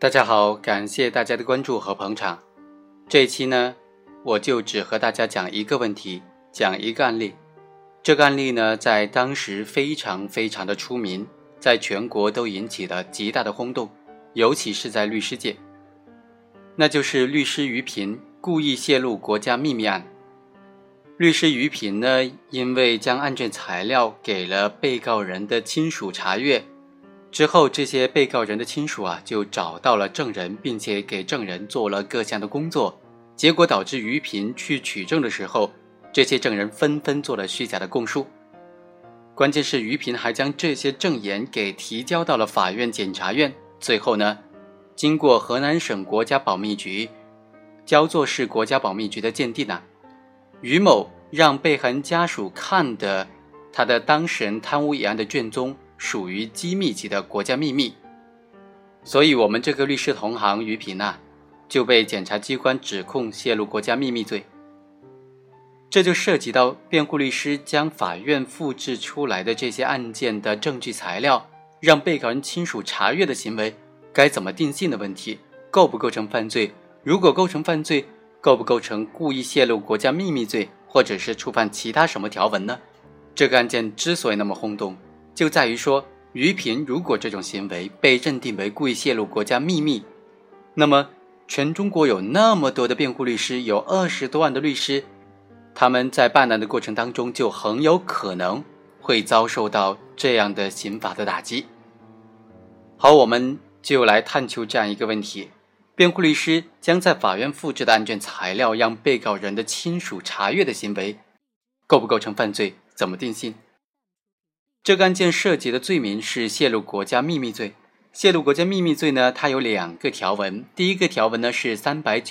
大家好，感谢大家的关注和捧场。这一期呢，我就只和大家讲一个问题，讲一个案例。这个案例呢，在当时非常的出名，在全国都引起了极大的轰动，尤其是在律师界。那就是律师于平故意泄露国家秘密案。律师于平呢，因为将案卷材料给了被告人的亲属查阅，之后这些被告人的亲属就找到了证人，并且给证人做了各项的工作，结果导致于平去取证的时候，这些证人纷纷做了虚假的供述。关键是于平还将这些证言给提交到了法院检察院，最后呢，经过河南省国家保密局、焦作市国家保密局的鉴定于某让被害人家属看的他的当事人贪污一案的卷宗属于机密级的国家秘密，所以我们这个律师同行于平就被检察机关指控泄露国家秘密罪。这就涉及到辩护律师将法院复制出来的这些案件的证据材料让被告人亲属查阅的行为该怎么定性的问题，构不构成犯罪？如果构成犯罪，构不构成故意泄露国家秘密罪，或者是触犯其他什么条文呢？这个案件之所以那么轰动，就在于说于平如果这种行为被认定为故意泄露国家秘密，那么全中国有那么多的辩护律师，有20多万的律师，他们在办案的过程当中就很有可能会遭受到这样的刑法的打击。好，我们就来探究这样一个问题，辩护律师将在法院复制的案卷材料让被告人的亲属查阅的行为构不构成犯罪，怎么定性？这个案件涉及的罪名是泄露国家秘密罪。泄露国家秘密罪呢，它有2个条文。第一个条文呢是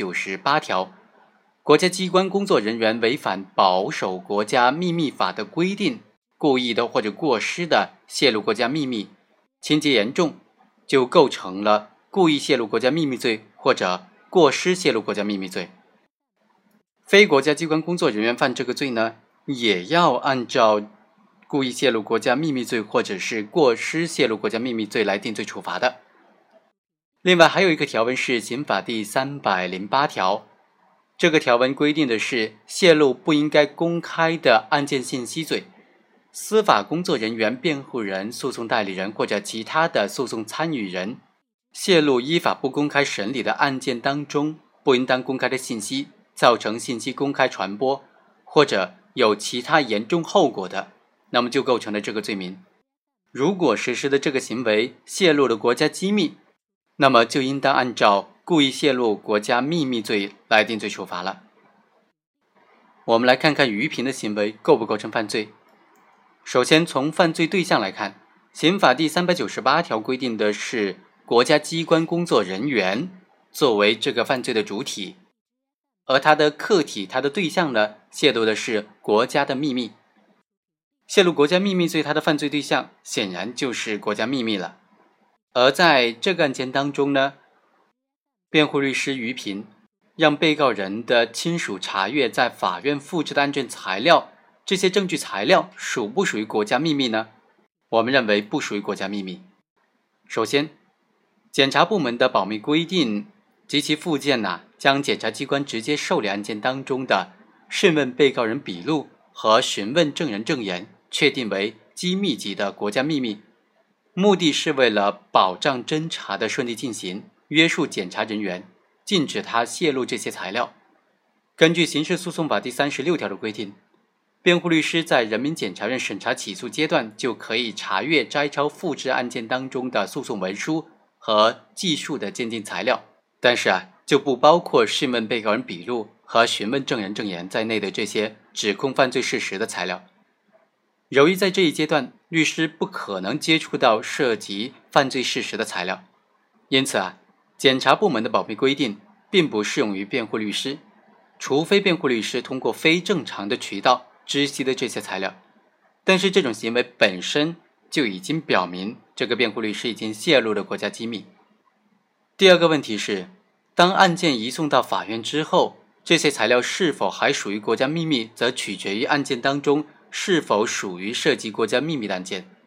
398条，国家机关工作人员违反保守国家秘密法的规定，故意的或者过失的泄露国家秘密，情节严重，就构成了故意泄露国家秘密罪或者过失泄露国家秘密罪。非国家机关工作人员犯这个罪呢，也要按照故意泄露国家秘密罪或者是过失泄露国家秘密罪来定罪处罚的。另外还有一个条文是刑法第308条，这个条文规定的是泄露不应该公开的案件信息罪。司法工作人员、辩护人、诉讼代理人或者其他的诉讼参与人泄露依法不公开审理的案件当中不应当公开的信息，造成信息公开传播或者有其他严重后果的，那么就构成了这个罪名。如果实施的这个行为泄露了国家机密，那么就应当按照故意泄露国家秘密罪来定罪处罚了。我们来看看于平的行为构不构成犯罪。首先从犯罪对象来看，刑法第398条规定的是国家机关工作人员作为这个犯罪的主体，而他的客体，他的对象呢，泄露的是国家的秘密。泄露国家秘密罪，他的犯罪对象显然就是国家秘密了。而在这个案件当中呢，辩护律师于平让被告人的亲属查阅在法院复制的案卷材料，这些证据材料属不属于国家秘密呢？我们认为不属于国家秘密。首先，检察部门的保密规定及其附件将检察机关直接受理案件当中的讯问被告人笔录和询问证人证言确定为机密级的国家秘密，目的是为了保障侦查的顺利进行，约束检察人员，禁止他泄露这些材料。根据刑事诉讼法第36条的规定，辩护律师在人民检察院审查起诉阶段就可以查阅、摘抄、复制案件当中的诉讼文书和记述的鉴定材料，但是就不包括讯问被告人笔录和询问证人证言在内的这些指控犯罪事实的材料。由于在这一阶段律师不可能接触到涉及犯罪事实的材料，因此检察部门的保密规定并不适用于辩护律师，除非辩护律师通过非正常的渠道知悉的这些材料。但是这种行为本身就已经表明这个辩护律师已经泄露了国家机密。第二个问题是，当案件移送到法院之后，这些材料是否还属于国家秘密，则取决于案件当中是否属于涉及国家秘密的案件。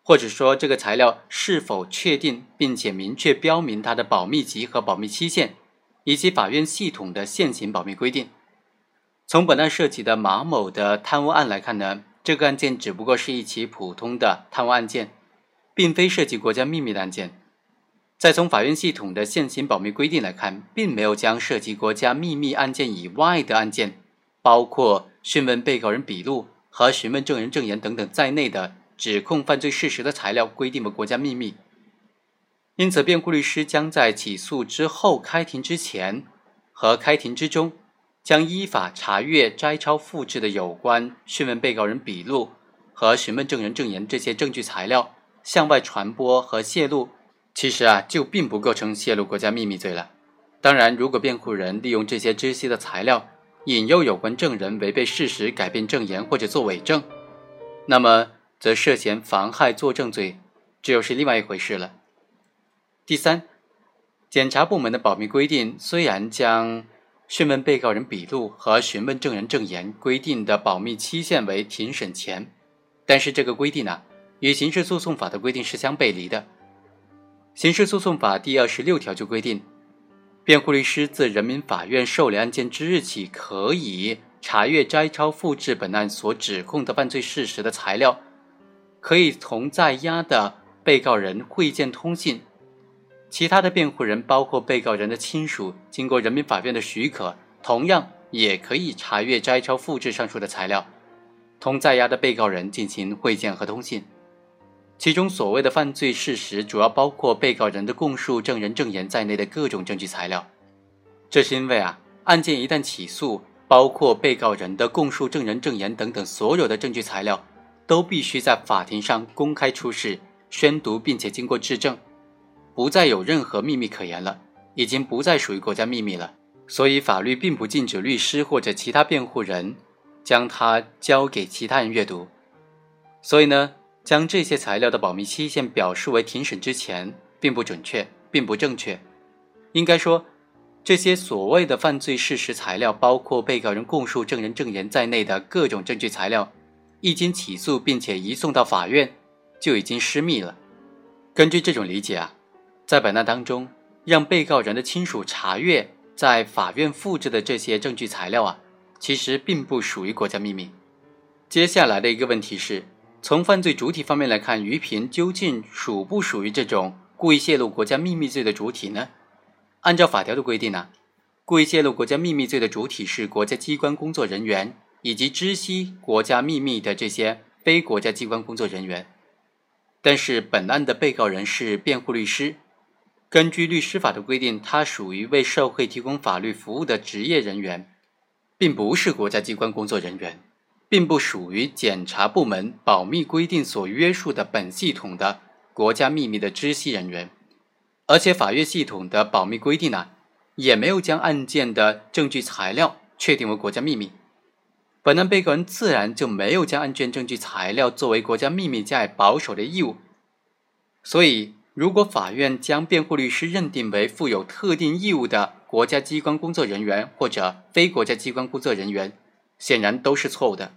或者说这个材料是否确定并且明确标明它的保密级和保密期限，以及法院系统的现行保密规定。从本案涉及的马某的贪污案来看呢，这个案件只不过是一起普通的贪污案件，并非涉及国家秘密的案件。再从法院系统的现行保密规定来看，并没有将涉及国家秘密案件以外的案件，包括讯问被告人笔录和询问证人证言等等在内的指控犯罪事实的材料规定为国家秘密。因此，辩护律师将在起诉之后开庭之前和开庭之中，将依法查阅、摘抄、复制的有关讯问被告人笔录和询问证人证言这些证据材料向外传播和泄露，其实就并不构成泄露国家秘密罪了。当然，如果辩护人利用这些知悉的材料引诱有关证人违背事实、改变证言或者作伪证，那么则涉嫌妨害作证罪，这又是另外一回事了。第三，检察部门的保密规定虽然将讯问被告人笔录和询问证人证言规定的保密期限为庭审前，但是这个规定与刑事诉讼法的规定是相背离的。刑事诉讼法第26条就规定，辩护律师自人民法院受理案件之日起，可以查阅、摘抄、复制本案所指控的犯罪事实的材料，可以同在押的被告人会见通信。其他的辩护人，包括被告人的亲属，经过人民法院的许可，同样也可以查阅、摘抄、复制上述的材料，同在押的被告人进行会见和通信。其中所谓的犯罪事实，主要包括被告人的供述、证人证言在内的各种证据材料。这是因为案件一旦起诉，包括被告人的供述、证人证言等等所有的证据材料，都必须在法庭上公开出示、宣读，并且经过质证，不再有任何秘密可言了，已经不再属于国家秘密了。所以法律并不禁止律师或者其他辩护人将它交给其他人阅读。所以呢，将这些材料的保密期限表述为庭审之前，并不准确，并不正确。应该说，这些所谓的犯罪事实材料，包括被告人供述、证人证言在内的各种证据材料，一经起诉并且移送到法院，就已经失密了。根据这种理解在本案当中，让被告人的亲属查阅在法院复制的这些证据材料其实并不属于国家秘密。接下来的一个问题是，从犯罪主体方面来看，于平究竟属不属于这种故意泄露国家秘密罪的主体呢？按照法条的规定故意泄露国家秘密罪的主体是国家机关工作人员以及知悉国家秘密的这些非国家机关工作人员。但是本案的被告人是辩护律师，根据律师法的规定，他属于为社会提供法律服务的职业人员，并不是国家机关工作人员，并不属于检察部门保密规定所约束的本系统的国家秘密的知悉人员。而且法院系统的保密规定也没有将案件的证据材料确定为国家秘密。本案被告人自然就没有将案件证据材料作为国家秘密加以保守的义务。所以如果法院将辩护律师认定为负有特定义务的国家机关工作人员或者非国家机关工作人员，显然都是错误的。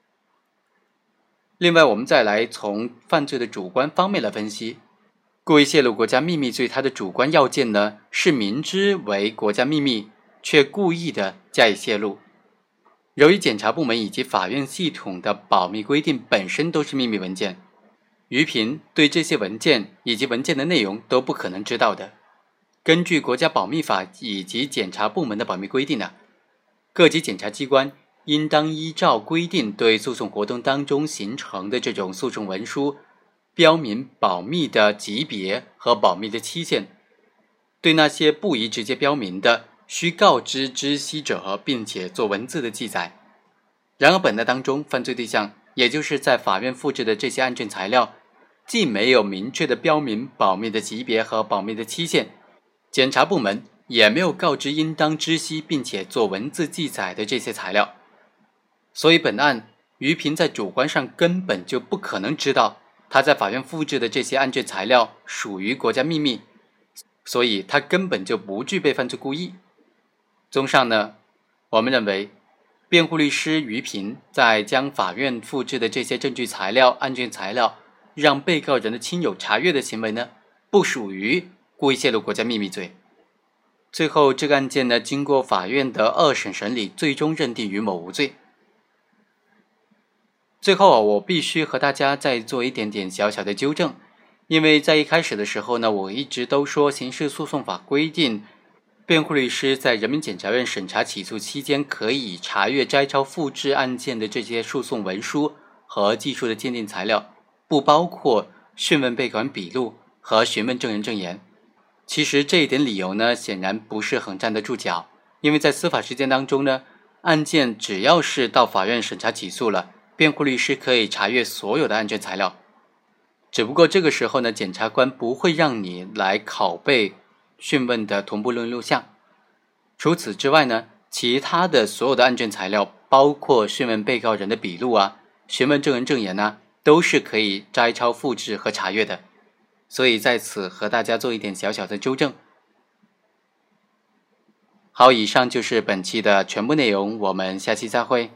另外，我们再来从犯罪的主观方面来分析。故意泄露国家秘密罪，它的主观要件呢，是明知为国家秘密，却故意的加以泄露。由于检察部门以及法院系统的保密规定本身都是秘密文件，于平对这些文件以及文件的内容都不可能知道的。根据国家保密法以及检察部门的保密规定各级检察机关应当依照规定对诉讼活动当中形成的这种诉讼文书标明保密的级别和保密的期限，对那些不宜直接标明的，需告知知悉者，并且做文字的记载。然而本案当中，犯罪对象也就是在法院复制的这些案卷材料，既没有明确的标明保密的级别和保密的期限，检察部门也没有告知应当知悉并且做文字记载的这些材料。所以本案于平在主观上根本就不可能知道他在法院复制的这些案卷材料属于国家秘密，所以他根本就不具备犯罪故意。综上呢，我们认为辩护律师于平在将法院复制的这些证据材料、案卷材料让被告人的亲友查阅的行为呢，不属于故意泄露国家秘密罪。最后这个案件呢，经过法院的2审审理，最终认定于某无罪。最后我必须和大家再做一点点小小的纠正，因为在一开始的时候呢，我一直都说刑事诉讼法规定，辩护律师在人民检察院审查起诉期间，可以查阅、摘抄、复制案件的这些诉讼文书和技术的鉴定材料，不包括讯问被告人笔录和询问证人证言。其实这一点理由呢，显然不是很站得住脚，因为在司法实践当中呢，案件只要是到法院审查起诉了，辩护律师可以查阅所有的案卷材料，只不过这个时候呢，检察官不会让你来拷贝讯问的同步录音录像。除此之外呢，其他的所有的案卷材料，包括讯问被告人的笔录啊、询问证人证言啊，都是可以摘抄、复制和查阅的。所以在此和大家做一点小小的纠正。好，以上就是本期的全部内容，我们下期再会。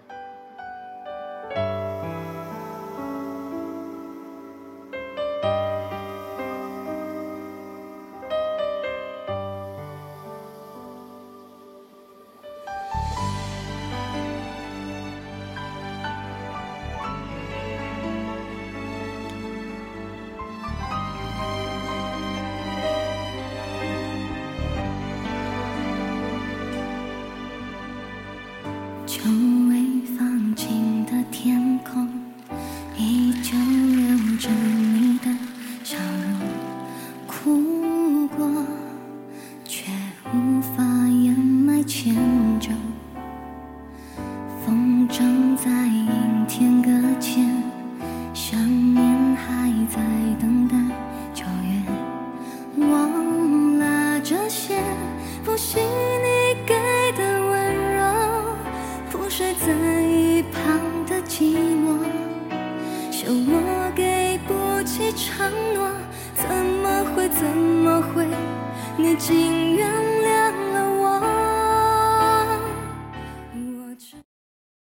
久未放晴的天空，依旧留着你的笑容，哭过，却无法掩埋歉疚。风筝在阴天搁浅，想念还在等待救援。忘了这些，复习你给的温柔，铺水在一旁的寂寞，笑我给不起承诺，怎么会，你竟